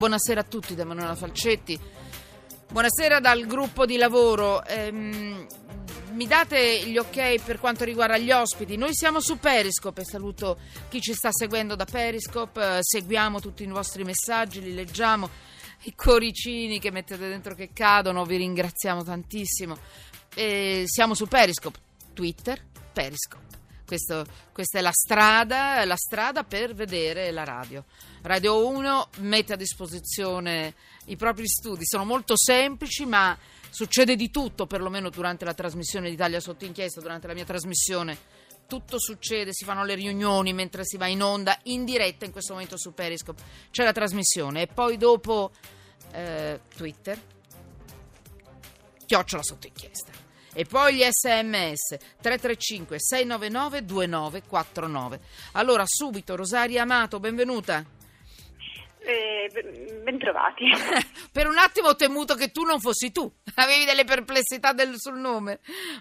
Buonasera a tutti da Manuela Falcetti. Buonasera dal gruppo di lavoro. Mi date gli ok per quanto riguarda gli ospiti? Noi siamo su Periscope e saluto chi ci sta seguendo da Periscope. Seguiamo tutti i vostri messaggi, li leggiamo. I cuoricini che mettete dentro che cadono, vi ringraziamo tantissimo. Siamo su Periscope, Twitter, Periscope. Questa è la strada per vedere la radio. Radio 1 mette a disposizione i propri studi, sono molto semplici, ma succede di tutto, perlomeno durante la trasmissione di Italia sotto inchiesta, durante la mia trasmissione. Tutto succede, si fanno le riunioni mentre si va in onda, in diretta in questo momento su Periscope. C'è la trasmissione e poi dopo Twitter, @ sotto inchiesta. E poi gli SMS 335 699 2949. Allora subito Rosaria Amato, benvenuta. Bentrovati. Per un attimo ho temuto che tu non fossi tu, avevi delle perplessità sul nome,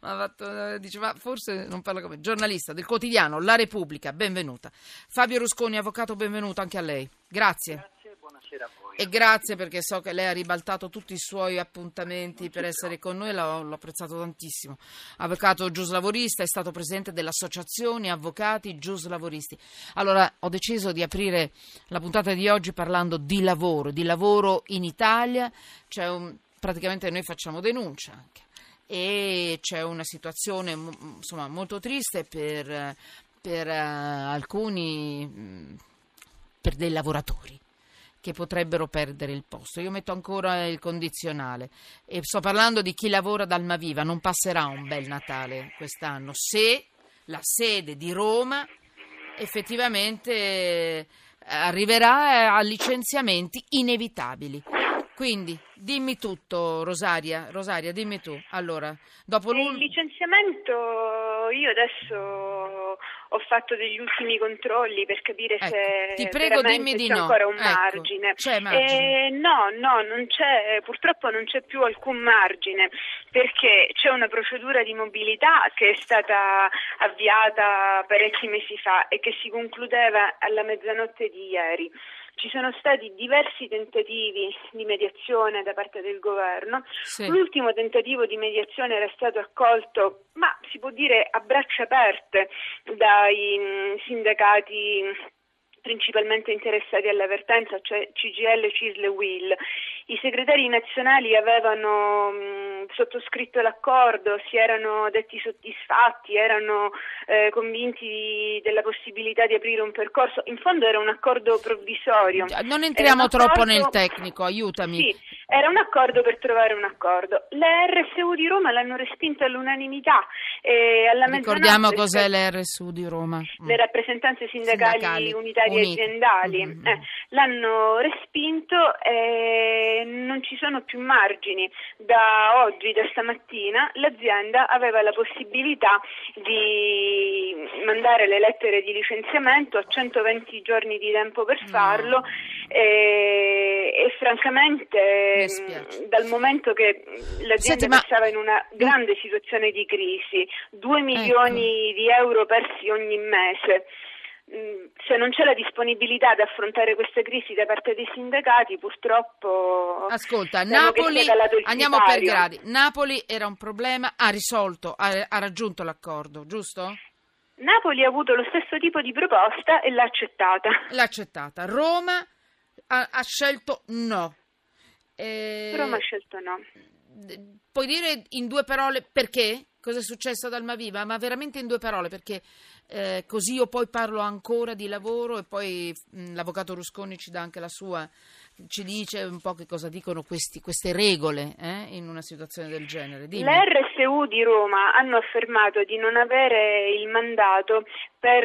ma forse non parla come giornalista del quotidiano La Repubblica, benvenuta. Fabio Rusconi, avvocato, benvenuto anche a lei. Grazie. Buonasera a voi. E grazie, perché so che lei ha ribaltato tutti i suoi appuntamenti per essere con noi, l'ho apprezzato tantissimo. Avvocato giuslavorista, è stato presidente dell'associazione Avvocati Giuslavoristi. Allora, ho deciso di aprire la puntata di oggi parlando di lavoro in Italia. Praticamente noi facciamo denuncia anche, e c'è una situazione insomma molto triste per alcuni, per dei lavoratori che potrebbero perdere il posto. Io metto ancora il condizionale e sto parlando di chi lavora ad Almaviva. Non passerà un bel Natale quest'anno se la sede di Roma effettivamente arriverà a licenziamenti inevitabili. Quindi dimmi tutto, Rosaria, dimmi tu. Allora, dopo il licenziamento, io adesso ho fatto degli ultimi controlli per capire se ti prego, dimmi di c'è no. ancora un margine. C'è margine? No, non c'è, purtroppo non c'è più alcun margine, perché c'è una procedura di mobilità che è stata avviata parecchi mesi fa e che si concludeva alla mezzanotte di ieri. Ci sono stati diversi tentativi di mediazione da parte del governo. Sì. L'ultimo tentativo di mediazione era stato accolto, ma si può dire a braccia aperte, dai sindacati principalmente interessati alla vertenza, cioè CGIL, CISL e UIL. I segretari nazionali avevano sottoscritto l'accordo, si erano detti soddisfatti, erano convinti della possibilità di aprire un percorso. In fondo era un accordo provvisorio. Non entriamo troppo nel tecnico, aiutami. Sì, era un accordo per trovare un accordo. Le RSU di Roma l'hanno respinto all'unanimità. Ricordiamo cos'è le RSU di Roma. Le rappresentanze sindacali unitarie aziendali l'hanno respinto e non ci sono più margini. Da oggi, da stamattina, l'azienda aveva la possibilità di mandare le lettere di licenziamento, a 120 giorni di tempo per farlo, e francamente dal momento che l'azienda stava in una grande situazione di crisi, 2 milioni di euro persi ogni mese, se non c'è la disponibilità ad affrontare queste crisi da parte dei sindacati, purtroppo. Ascolta, Napoli, andiamo per gradi. Napoli era un problema, ha risolto, ha raggiunto l'accordo, giusto? Napoli ha avuto lo stesso tipo di proposta e l'ha accettata. Roma ha scelto no. Roma ha scelto no. Puoi dire in 2 parole perché? Cosa è successo ad Almaviva? Ma veramente in 2 parole, perché così io poi parlo ancora di lavoro e poi l'avvocato Rusconi ci dà anche la sua, ci dice un po' che cosa dicono queste regole in una situazione del genere. Dimmi. Le RSU di Roma hanno affermato di non avere il mandato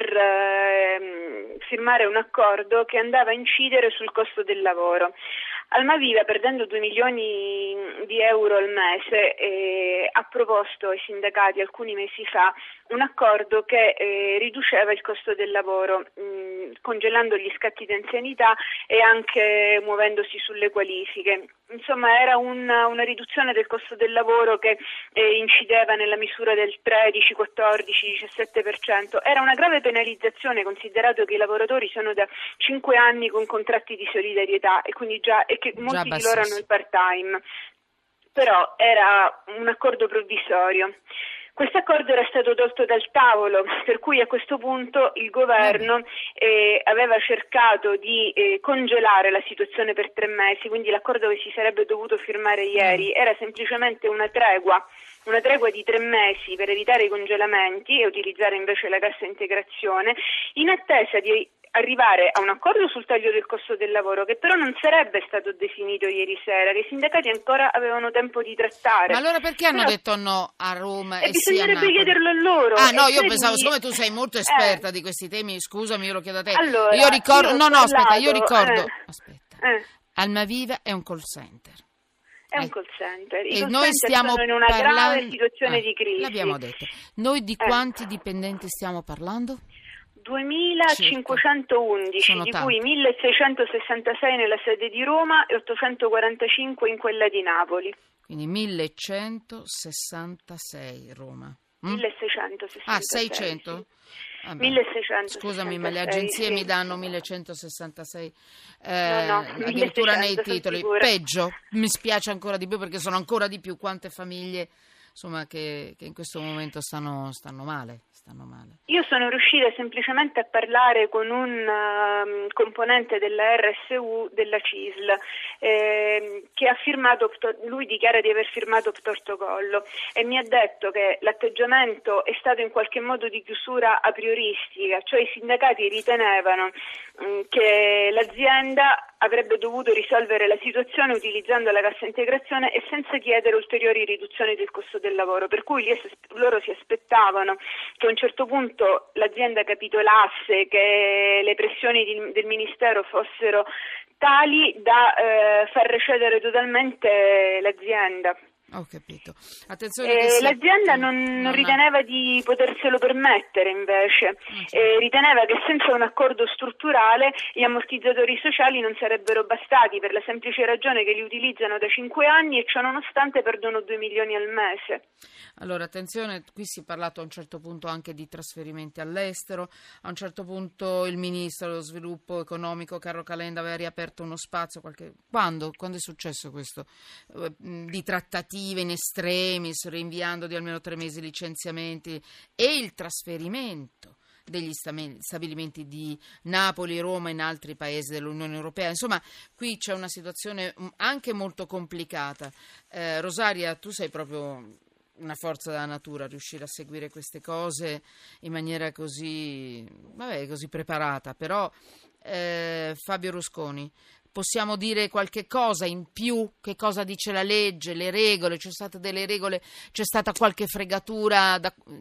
per firmare un accordo che andava a incidere sul costo del lavoro. Almaviva, perdendo 2 milioni di euro al mese, ha proposto ai sindacati alcuni mesi fa un accordo che riduceva il costo del lavoro, congelando gli scatti di anzianità e anche muovendosi sulle qualifiche. Insomma, era una riduzione del costo del lavoro che incideva nella misura del 13, 14, 17%. Era una grave penalizzazione, considerato che i lavoratori sono da 5 anni con contratti di solidarietà e quindi che molti di loro hanno il part-time. Però era un accordo provvisorio. Questo accordo era stato tolto dal tavolo, per cui a questo punto il governo aveva cercato di congelare la situazione per 3 mesi, quindi l'accordo che si sarebbe dovuto firmare ieri era semplicemente una tregua di 3 mesi per evitare i congelamenti e utilizzare invece la cassa integrazione, in attesa di arrivare a un accordo sul taglio del costo del lavoro, che però non sarebbe stato definito ieri sera, che i sindacati ancora avevano tempo di trattare. Ma allora perché hanno detto no a Roma e sì a Napoli? Bisognerebbe chiederlo a loro. Ah no, io pensavo, siccome tu sei molto esperta di questi temi, scusami, io lo chiedo a te. Allora, io ricordo, aspetta. Almaviva è un call center. È un call center. I e call noi center stiamo sono in una grave situazione di crisi. L'abbiamo detto. Noi di quanti dipendenti stiamo parlando? 2.511, di cui 1.666 nella sede di Roma e 845 in quella di Napoli. Quindi 1.166 Roma. 1.666. Ah, 600? Sì. 1.666. Scusami, ma le agenzie mi danno 1.166 no, addirittura nei titoli. Sicura. Peggio, mi spiace ancora di più perché sono ancora di più quante famiglie insomma che in questo momento stanno male. Io sono riuscita semplicemente a parlare con un componente della RSU della CISL che ha firmato, lui dichiara di aver firmato protocollo e mi ha detto che l'atteggiamento è stato in qualche modo di chiusura a prioristica, cioè i sindacati ritenevano che l'azienda avrebbe dovuto risolvere la situazione utilizzando la cassa integrazione e senza chiedere ulteriori riduzioni del costo del lavoro, per cui loro si aspettavano che a un certo punto l'azienda capitolasse, che le pressioni del Ministero fossero tali da far recedere totalmente l'azienda. Ho capito. Attenzione l'azienda non riteneva di poterselo permettere invece, riteneva che senza un accordo strutturale gli ammortizzatori sociali non sarebbero bastati per la semplice ragione che li utilizzano da 5 anni e ciò nonostante perdono 2 milioni al mese. Allora attenzione, qui si è parlato a un certo punto anche di trasferimenti all'estero, a un certo punto il ministro dello sviluppo economico Carlo Calenda aveva riaperto uno spazio quando è successo questo? Di trattative in estremis, rinviando di almeno 3 mesi i licenziamenti e il trasferimento degli stabilimenti di Napoli, Roma e in altri paesi dell'Unione Europea. Insomma, qui c'è una situazione anche molto complicata. Rosaria, tu sei proprio una forza della natura, riuscire a seguire queste cose in maniera così preparata, però Fabio Rusconi, possiamo dire qualche cosa in più? Che cosa dice la legge, le regole? C'è state delle regole? C'è stata qualche fregatura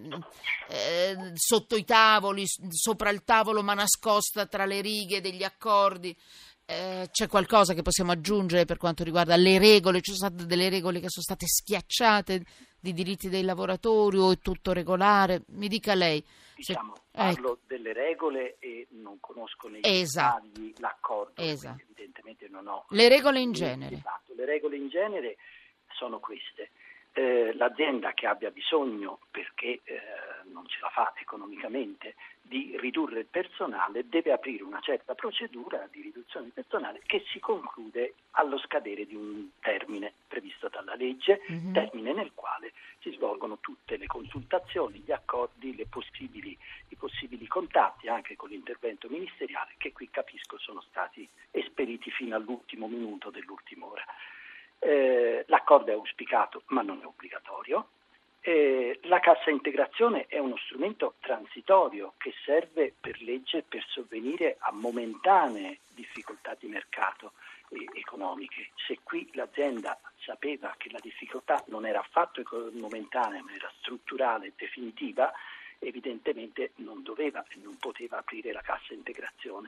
sotto i tavoli, sopra il tavolo ma nascosta tra le righe degli accordi? C'è qualcosa che possiamo aggiungere per quanto riguarda le regole? Ci sono state delle regole che sono state schiacciate di diritti dei lavoratori o è tutto regolare? Mi dica lei. Parlo delle regole e non conosco nei dettagli l'accordo, evidentemente non ho... Le regole in genere? Esatto, le regole in genere sono queste. L'azienda che abbia bisogno, perché non ce la fa economicamente, di ridurre il personale deve aprire una certa procedura di riduzione del personale che si conclude allo scadere di un termine previsto dalla legge, termine nel quale si svolgono tutte le consultazioni, gli accordi, i possibili contatti anche con l'intervento ministeriale che qui capisco sono stati esperiti fino all'ultimo minuto dell'ultima ora. L'accordo è auspicato ma non è obbligatorio. La cassa integrazione è uno strumento transitorio che serve per legge per sovvenire a momentanee difficoltà di mercato economiche. Se qui l'azienda sapeva che la difficoltà non era affatto momentanea ma era strutturale e definitiva, evidentemente non doveva e non poteva aprire la cassa integrazione.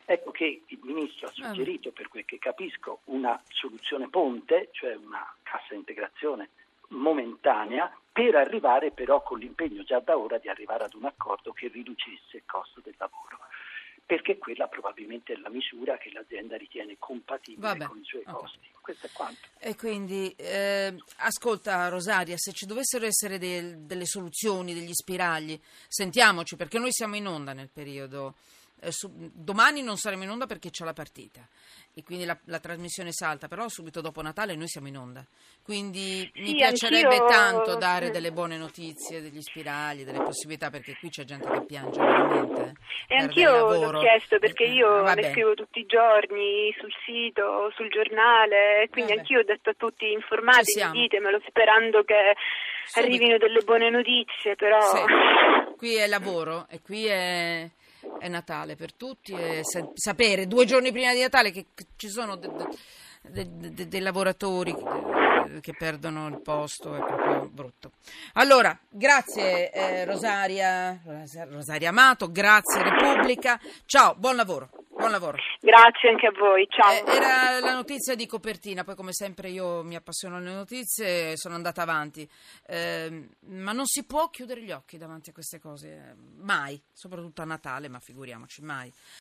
Ecco che il Ministro ha suggerito, per quel che capisco, una soluzione ponte, cioè una cassa integrazione momentanea, per arrivare però con l'impegno già da ora di arrivare ad un accordo che riducesse il costo del lavoro, perché quella probabilmente è la misura che l'azienda ritiene compatibile con i suoi costi. Questo è quanto. E quindi, ascolta Rosaria, se ci dovessero essere delle soluzioni, degli spiragli, sentiamoci, perché noi siamo in onda nel periodo. Domani non saremo in onda perché c'è la partita e quindi la trasmissione salta, però subito dopo Natale noi siamo in onda, quindi mi piacerebbe tanto dare delle buone notizie, degli spiragli, delle possibilità, perché qui c'è gente che piange veramente. E anch'io l'ho chiesto, perché io ne scrivo tutti i giorni sul sito, sul giornale, quindi anch'io ho detto a tutti: informatevi, ditemelo, sperando che arrivino delle buone notizie, però qui è lavoro e qui è Natale per tutti, e sapere 2 giorni prima di Natale che ci sono dei lavoratori che perdono il posto è proprio brutto. Allora, grazie Rosaria Amato, grazie Repubblica, ciao, buon lavoro. Grazie anche a voi, ciao. Era la notizia di copertina, poi come sempre io mi appassiono alle notizie, sono andata avanti, ma non si può chiudere gli occhi davanti a queste cose, mai, soprattutto a Natale, ma figuriamoci, mai.